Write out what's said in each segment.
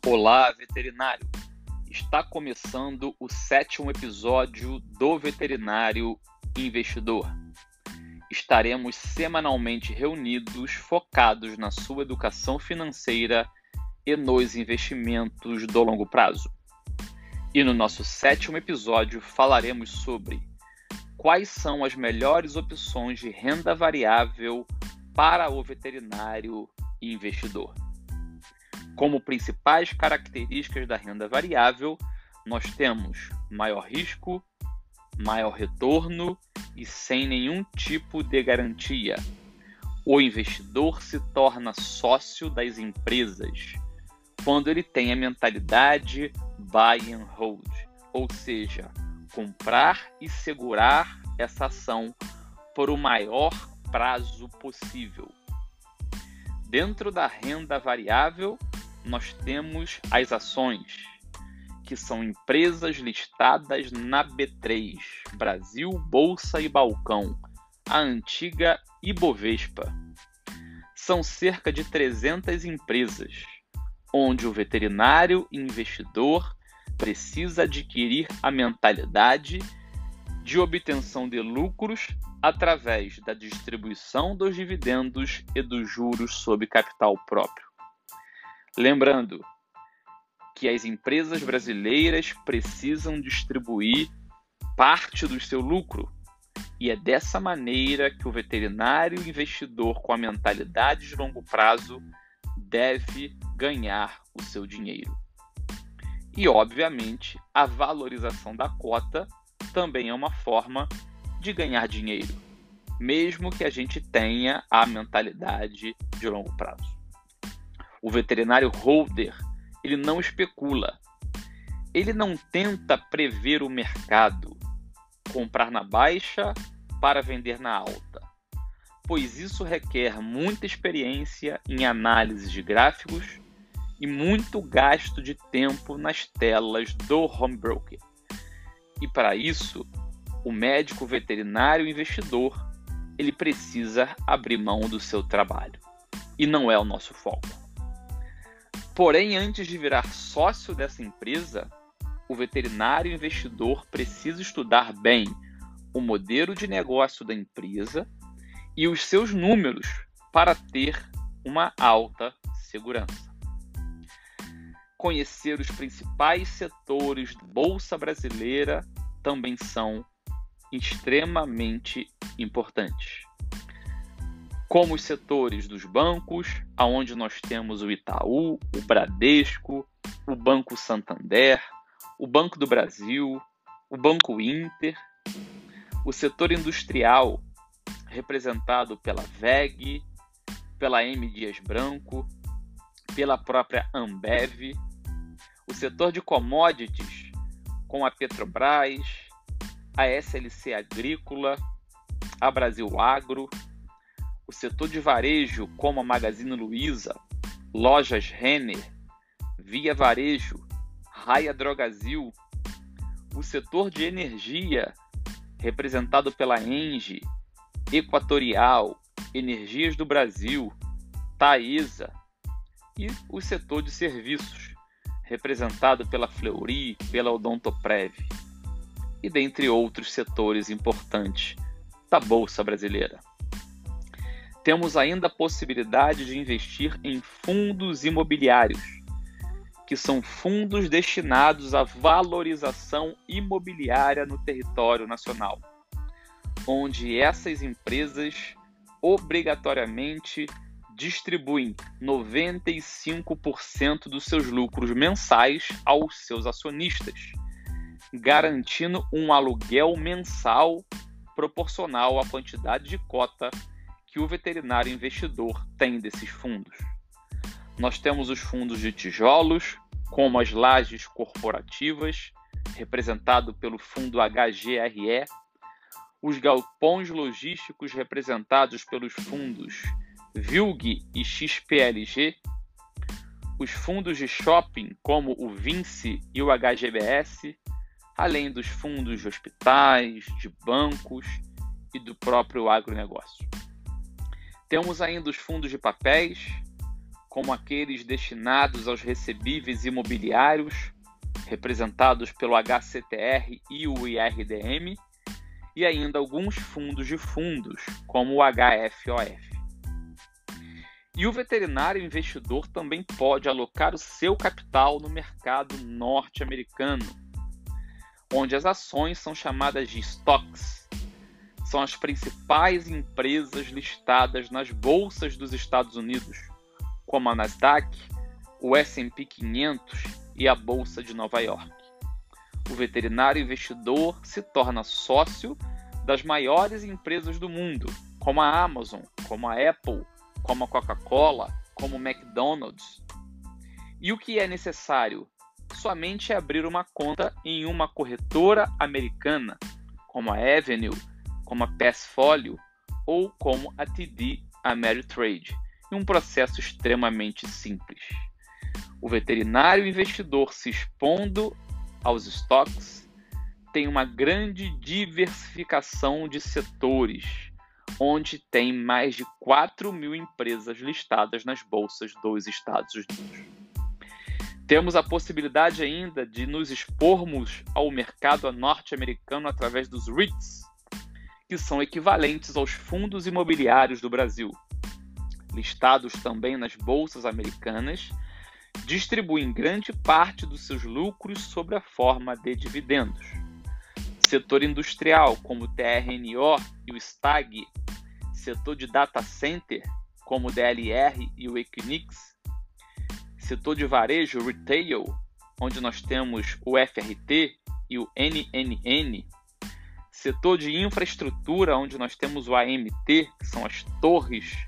Olá, veterinário! Está começando o 7º episódio do Veterinário Investidor. Estaremos semanalmente reunidos focados na sua educação financeira e nos investimentos do longo prazo. E no nosso 7º episódio falaremos sobre quais são as melhores opções de renda variável para o veterinário investidor. Como principais características da renda variável, nós temos maior risco, maior retorno e sem nenhum tipo de garantia. O investidor se torna sócio das empresas quando ele tem a mentalidade buy and hold, ou seja, comprar e segurar essa ação por o maior prazo possível. Dentro da renda variável, nós temos as ações, que são empresas listadas na B3, Brasil, Bolsa e Balcão, a antiga Ibovespa. São cerca de 300 empresas, onde o veterinário investidor precisa adquirir a mentalidade de obtenção de lucros através da distribuição dos dividendos e dos juros sobre capital próprio. Lembrando que as empresas brasileiras precisam distribuir parte do seu lucro e é dessa maneira que o veterinário investidor com a mentalidade de longo prazo deve ganhar o seu dinheiro. E, obviamente, a valorização da cota também é uma forma de ganhar dinheiro, mesmo que a gente tenha a mentalidade de longo prazo. O veterinário holder, ele não especula, ele não tenta prever o mercado, comprar na baixa para vender na alta, pois isso requer muita experiência em análise de gráficos e muito gasto de tempo nas telas do home broker. E para isso, o médico veterinário investidor, ele precisa abrir mão do seu trabalho. E não é o nosso foco. Porém, antes de virar sócio dessa empresa, o veterinário investidor precisa estudar bem o modelo de negócio da empresa e os seus números para ter uma alta segurança. Conhecer os principais setores da Bolsa Brasileira também são extremamente importantes, como os setores dos bancos, onde nós temos o Itaú, o Bradesco, o Banco Santander, o Banco do Brasil, o Banco Inter, o setor industrial, representado pela WEG, pela M. Dias Branco, pela própria Ambev, o setor de commodities, com a Petrobras, a SLC Agrícola, a Brasil Agro, o setor de varejo, como a Magazine Luiza, Lojas Renner, Via Varejo, Raia Drogasil, o setor de energia, representado pela Engie, Equatorial, Energias do Brasil, Taesa, e o setor de serviços, representado pela Fleury, pela Odontoprev, e dentre outros setores importantes da Bolsa Brasileira. Temos ainda a possibilidade de investir em fundos imobiliários, que são fundos destinados à valorização imobiliária no território nacional, onde essas empresas obrigatoriamente distribuem 95% dos seus lucros mensais aos seus acionistas, garantindo um aluguel mensal proporcional à quantidade de cota que o veterinário investidor tem desses fundos. Nós temos os fundos de tijolos, como as lajes corporativas, representado pelo fundo HGRE, os galpões logísticos representados pelos fundos VILG e XPLG, os fundos de shopping, como o Vinci e o HGBS, além dos fundos de hospitais, de bancos e do próprio agronegócio. Temos ainda os fundos de papéis, como aqueles destinados aos recebíveis imobiliários, representados pelo HCTR e o IRDM, e ainda alguns fundos de fundos, como o HFOF. E o veterinário investidor também pode alocar o seu capital no mercado norte-americano, onde as ações são chamadas de stocks. São as principais empresas listadas nas bolsas dos Estados Unidos, como a Nasdaq, o S&P 500 e a Bolsa de Nova York. O veterinário investidor se torna sócio das maiores empresas do mundo, como a Amazon, como a Apple, como a Coca-Cola, como o McDonald's. E o que é necessário? Somente abrir uma conta em uma corretora americana, como a Avenue, como a Passfolio ou como a TD Ameritrade, em um processo extremamente simples. O veterinário investidor se expondo aos estoques tem uma grande diversificação de setores, onde tem mais de 4.000 empresas listadas nas bolsas dos Estados Unidos. Temos a possibilidade ainda de nos expormos ao mercado norte-americano através dos REITs, que são equivalentes aos fundos imobiliários do Brasil. Listados também nas bolsas americanas, distribuem grande parte dos seus lucros sob a forma de dividendos. Setor industrial, como o TRNO e o STAG, setor de data center, como o DLR e o Equinix, setor de varejo retail, onde nós temos o FRT e o NNN, setor de infraestrutura, onde nós temos o AMT, que são as torres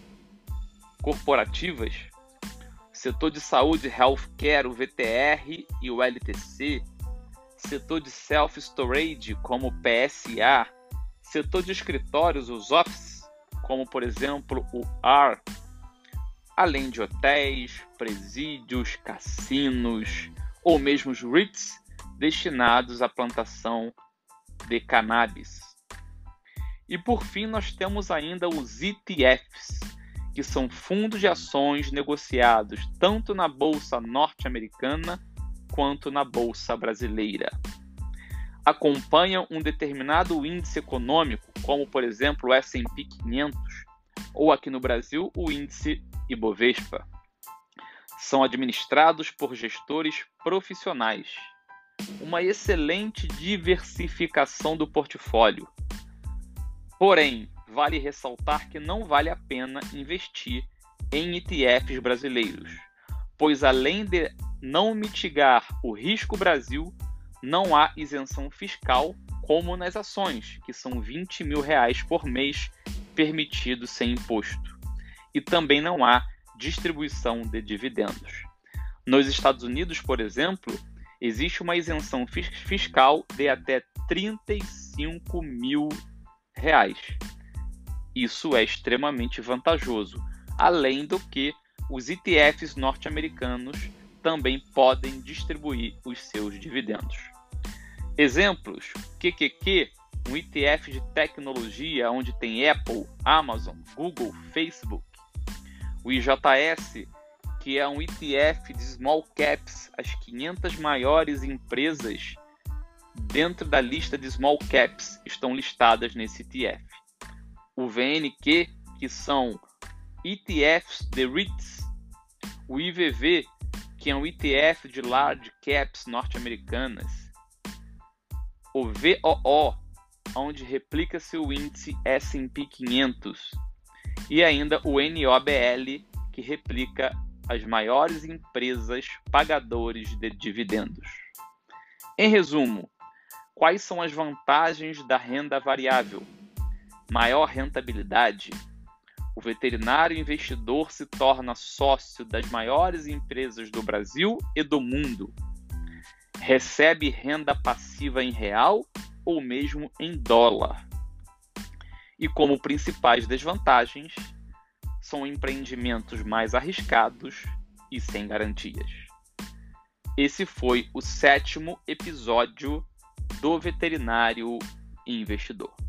corporativas, setor de saúde healthcare, o VTR e o LTC, setor de self-storage, como o PSA, setor de escritórios, os offices, como por exemplo o R, além de hotéis, presídios, cassinos ou mesmo os REITs destinados à plantação de cannabis. E por fim nós temos ainda os ETFs, que são fundos de ações negociados tanto na bolsa norte-americana quanto na bolsa brasileira. Acompanham um determinado índice econômico, como por exemplo o S&P 500, ou aqui no Brasil o índice Ibovespa. São administrados por gestores profissionais. Uma excelente diversificação do portfólio. Porém, vale ressaltar que não vale a pena investir em ETFs brasileiros, pois além de não mitigar o risco Brasil, não há isenção fiscal como nas ações, que são R$20 mil por mês permitido sem imposto. E também não há distribuição de dividendos. Nos Estados Unidos, por exemplo, existe uma isenção fiscal de até R$35 mil. Isso é extremamente vantajoso, além do que os ETFs norte-americanos também podem distribuir os seus dividendos. Exemplos: QQQ, um ETF de tecnologia onde tem Apple, Amazon, Google, Facebook. O IJS, que é um ETF de small caps, as 500 maiores empresas dentro da lista de small caps estão listadas nesse ETF. O VNQ, que são ETFs de REITs. O IVV, que é um ETF de large caps norte-americanas. O VOO, onde replica-se o índice S&P 500. E ainda o NOBL, que replica as maiores empresas pagadores de dividendos. Em resumo, quais são as vantagens da renda variável? Maior rentabilidade. O veterinário investidor se torna sócio das maiores empresas do Brasil e do mundo. Recebe renda passiva em real ou mesmo em dólar. E como principais desvantagens, são empreendimentos mais arriscados e sem garantias. Esse foi o 7º episódio do Veterinário Investidor.